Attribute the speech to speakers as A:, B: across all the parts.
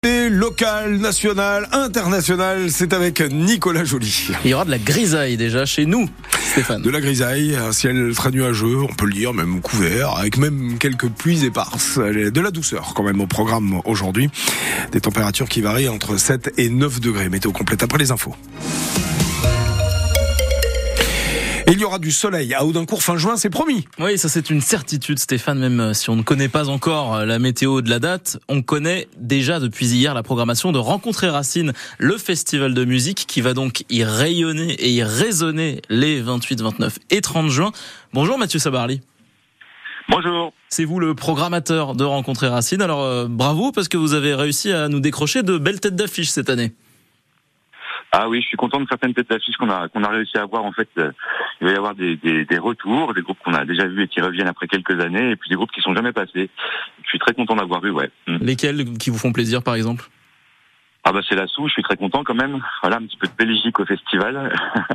A: Local, national, international, c'est avec Nicolas Joly.
B: Il y aura de la grisaille déjà chez nous, Stéphane.
A: De la grisaille, un ciel très nuageux, on peut le dire, même couvert, avec même quelques pluies éparses. De la douceur quand même au programme aujourd'hui. Des températures qui varient entre 7 et 9 degrés. Météo complète après les infos. Il y aura du soleil à Audincourt fin juin, c'est promis.
B: Oui, ça c'est une certitude, Stéphane, même si on ne connaît pas encore la météo de la date, on connaît déjà depuis hier la programmation de Rencontrer Racine, le festival de musique qui va donc y rayonner et y résonner les 28, 29 et 30 juin. Bonjour Mathieu Sabarly.
C: Bonjour.
B: C'est vous le programmateur de Rencontrer Racine, alors bravo parce que vous avez réussi à nous décrocher de belles têtes d'affiche cette année.
C: Ah oui, je suis content de certaines têtes d'affiche qu'on a réussi à avoir. En fait, il va y avoir des retours, des groupes qu'on a déjà vus et qui reviennent après quelques années, et puis des groupes qui sont jamais passés. Je suis très content d'avoir vu, ouais.
B: Lesquels qui vous font plaisir, par exemple?
C: Ah bah c'est la Sou, je suis très content quand même. Voilà, un petit peu de Belgique au festival.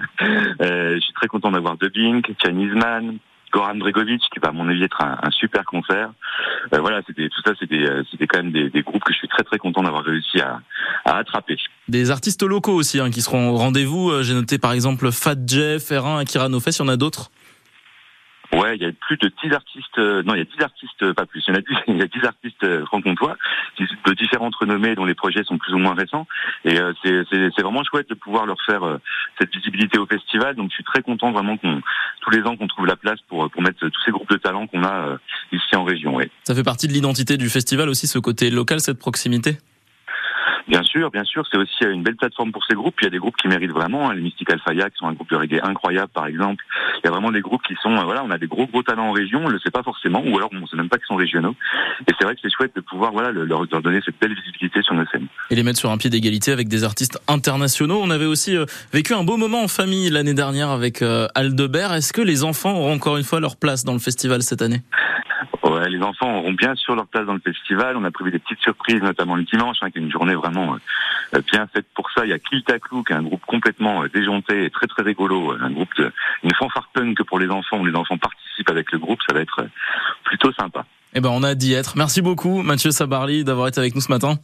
C: Je suis très content d'avoir Dubbing, Chinese Man, Goran Bregovic, qui va à mon avis être un super concert. Voilà, c'était quand même des groupes que je suis très très content d'avoir réussi à attraper.
B: Des artistes locaux aussi qui seront au rendez-vous. J'ai noté par exemple Fat Jeff, R1, Akira No Face, il y en a d'autres?
C: Ouais, il y a plus de 10 artistes, non, il y a 10 artistes, pas plus, il y a 10 artistes franc-comtois, de différentes renommées dont les projets sont plus ou moins récents, et c'est vraiment chouette de pouvoir leur faire cette visibilité au festival, donc je suis très content vraiment tous les ans qu'on trouve la place pour mettre tous ces groupes de talents qu'on a ici en région, ouais.
B: Ça fait partie de l'identité du festival aussi, ce côté local, cette proximité?
C: Bien sûr, c'est aussi une belle plateforme pour ces groupes. Il y a des groupes qui méritent vraiment, les Mystical Faya, qui sont un groupe de reggae incroyable, par exemple. Il y a vraiment des groupes qui sont, on a des gros talents en région, on le sait pas forcément, ou alors on ne sait même pas qu'ils sont régionaux. Et c'est vrai que c'est chouette de pouvoir, leur donner cette belle visibilité sur nos scènes.
B: Et les mettre sur un pied d'égalité avec des artistes internationaux. On avait aussi vécu un beau moment en famille l'année dernière avec Aldebert. Est-ce que les enfants auront encore une fois leur place dans le festival cette année?
C: Ouais, les enfants auront bien sûr leur place dans le festival. On a prévu des petites surprises, notamment le dimanche, qui est une journée vraiment bien faite pour ça. Il y a Kiltaklou, qui est un groupe complètement déjanté et très très rigolo, une fanfare punk pour les enfants, où les enfants participent avec le groupe. Ça va être plutôt sympa.
B: Eh ben, on a d'y être. Merci beaucoup, Mathieu Sabarly, d'avoir été avec nous ce matin.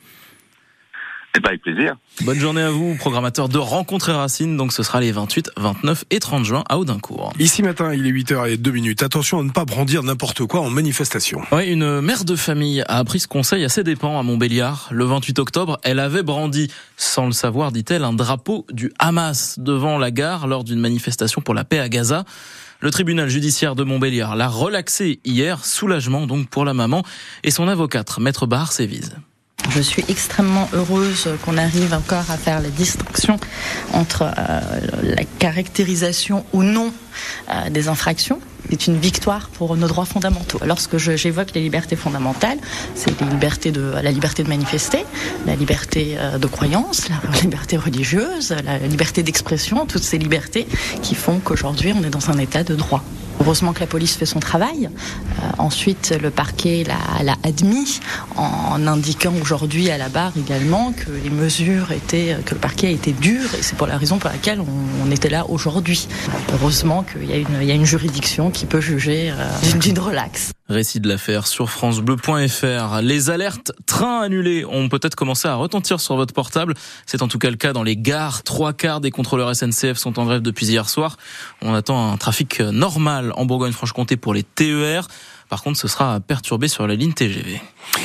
C: Eh ben, avec plaisir.
B: Bonne journée à vous, programmateur de Rencontrer Racine. Donc ce sera les 28, 29 et 30 juin à Audincourt.
A: Ici matin, il est 8h02. Attention à ne pas brandir n'importe quoi en manifestation.
B: Oui, une mère de famille a appris ce conseil à ses dépens à Montbéliard. Le 28 octobre, elle avait brandi, sans le savoir, dit-elle, un drapeau du Hamas devant la gare lors d'une manifestation pour la paix à Gaza. Le tribunal judiciaire de Montbéliard l'a relaxé hier. Soulagement donc pour la maman et son avocate, Maître Bahar Sévise.
D: Je suis extrêmement heureuse qu'on arrive encore à faire la distinction entre la caractérisation ou non des infractions. C'est une victoire pour nos droits fondamentaux. Lorsque j'évoque les libertés fondamentales, c'est la liberté de manifester, la liberté de croyance, la liberté religieuse, la liberté d'expression, toutes ces libertés qui font qu'aujourd'hui on est dans un état de droit. Heureusement que la police fait son travail. Ensuite, le parquet l'a admis en indiquant aujourd'hui à la barre également que les mesures que le parquet était dur, et c'est pour la raison pour laquelle on était là aujourd'hui. Heureusement qu'il y a une juridiction qui peut juger d'une relaxe.
B: Récit de l'affaire sur francebleu.fr. Les alertes trains annulés ont peut-être commencé à retentir sur votre portable. C'est en tout cas le cas dans les gares. 3/4 des contrôleurs SNCF sont en grève depuis hier soir. On attend un trafic normal en Bourgogne-Franche-Comté pour les TER. Par contre, ce sera perturbé sur la ligne TGV.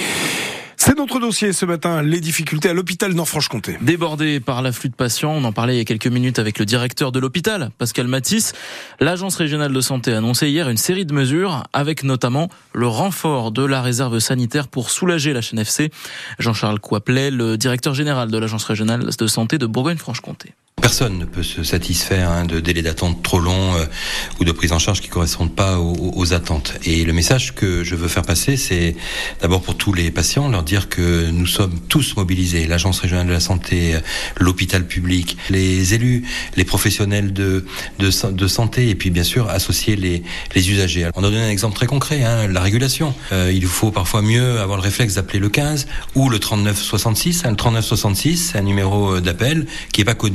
A: C'est notre dossier ce matin, les difficultés à l'hôpital Nord-Franche-Comté.
B: Débordé par l'afflux de patients, on en parlait il y a quelques minutes avec le directeur de l'hôpital, Pascal Matisse. L'agence régionale de santé a annoncé hier une série de mesures, avec notamment le renfort de la réserve sanitaire pour soulager la CNFC. Jean-Charles Coiplet, le directeur général de l'agence régionale de santé de Bourgogne-Franche-Comté.
E: Personne ne peut se satisfaire de délais d'attente trop longs ou de prise en charge qui correspondent pas aux attentes. Et le message que je veux faire passer, c'est d'abord pour tous les patients, leur dire que nous sommes tous mobilisés, l'Agence régionale de la santé, l'hôpital public, les élus, les professionnels de santé, et puis bien sûr associer les usagers. On a donné un exemple très concret, la régulation. Il faut parfois mieux avoir le réflexe d'appeler le 15 ou le 3966. Le 3966, c'est un numéro d'appel qui est pas connu, mais de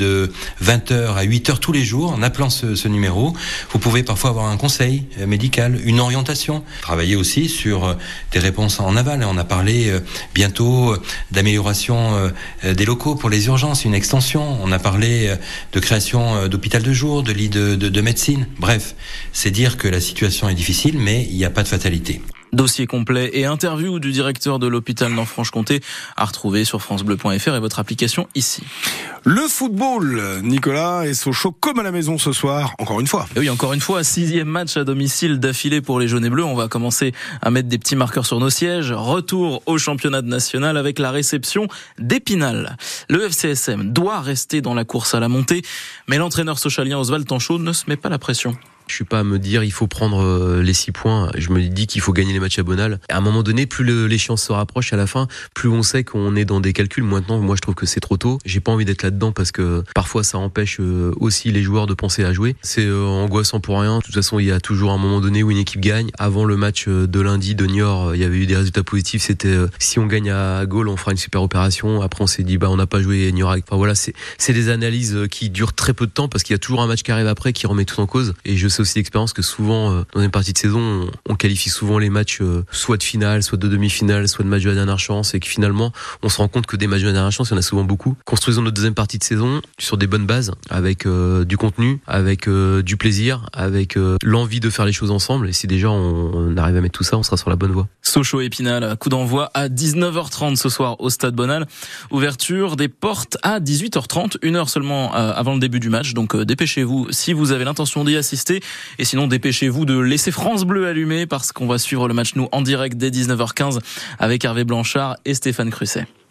E: de 20h à 8h tous les jours, en appelant ce numéro, vous pouvez parfois avoir un conseil médical, une orientation. Travailler aussi sur des réponses en aval. On a parlé bientôt d'amélioration des locaux pour les urgences, une extension. On a parlé de création d'hôpital de jour, de lits de médecine. Bref, c'est dire que la situation est difficile, mais il n'y a pas de fatalité.
B: Dossier complet et interview du directeur de l'hôpital Nord-Franche-Comté à retrouver sur francebleu.fr et votre application ici.
A: Le football, Nicolas, et Sochaux comme à la maison ce soir, encore une fois.
B: Et oui, encore une fois, 6e match à domicile d'affilée pour les jaunes et bleus. On va commencer à mettre des petits marqueurs sur nos sièges. Retour au championnat national avec la réception d'Épinal. Le FCSM doit rester dans la course à la montée, mais l'entraîneur socialien Oswald Tanchot ne se met pas la pression.
F: Je suis pas à me dire il faut prendre les 6 points. Je me dis qu'il faut gagner les matchs à Bonal. À un moment donné, plus l'échéance se rapproche à la fin, plus on sait qu'on est dans des calculs. Maintenant, moi, je trouve que c'est trop tôt. J'ai pas envie d'être là-dedans parce que parfois ça empêche aussi les joueurs de penser à jouer. C'est angoissant pour rien. De toute façon, il y a toujours un moment donné où une équipe gagne. Avant le match de lundi de Niort, il y avait eu des résultats positifs. C'était si on gagne à Gaulle, on fera une super opération. Après, on s'est dit on n'a pas joué Niort. Enfin voilà, c'est des analyses qui durent très peu de temps parce qu'il y a toujours un match qui arrive après qui remet tout en cause. Et je sais aussi d'expérience que souvent dans une partie de saison on qualifie souvent les matchs soit de finale, soit de demi-finale, soit de match de la dernière chance, et que finalement on se rend compte que des matchs de la dernière chance il y en a souvent beaucoup. Construisons notre deuxième partie de saison sur des bonnes bases, avec du contenu, avec du plaisir, avec l'envie de faire les choses ensemble, et si déjà on arrive à mettre tout ça, on sera sur la bonne voie.
B: Sochaux Épinal, coup d'envoi à 19h30 ce soir au Stade Bonal. Ouverture des portes à 18h30, 1 heure seulement avant le début du match, donc dépêchez-vous si vous avez l'intention d'y assister. Et sinon, dépêchez-vous de laisser France Bleu allumé parce qu'on va suivre le match nous en direct dès 19h15 avec Hervé Blanchard et Stéphane Crusset.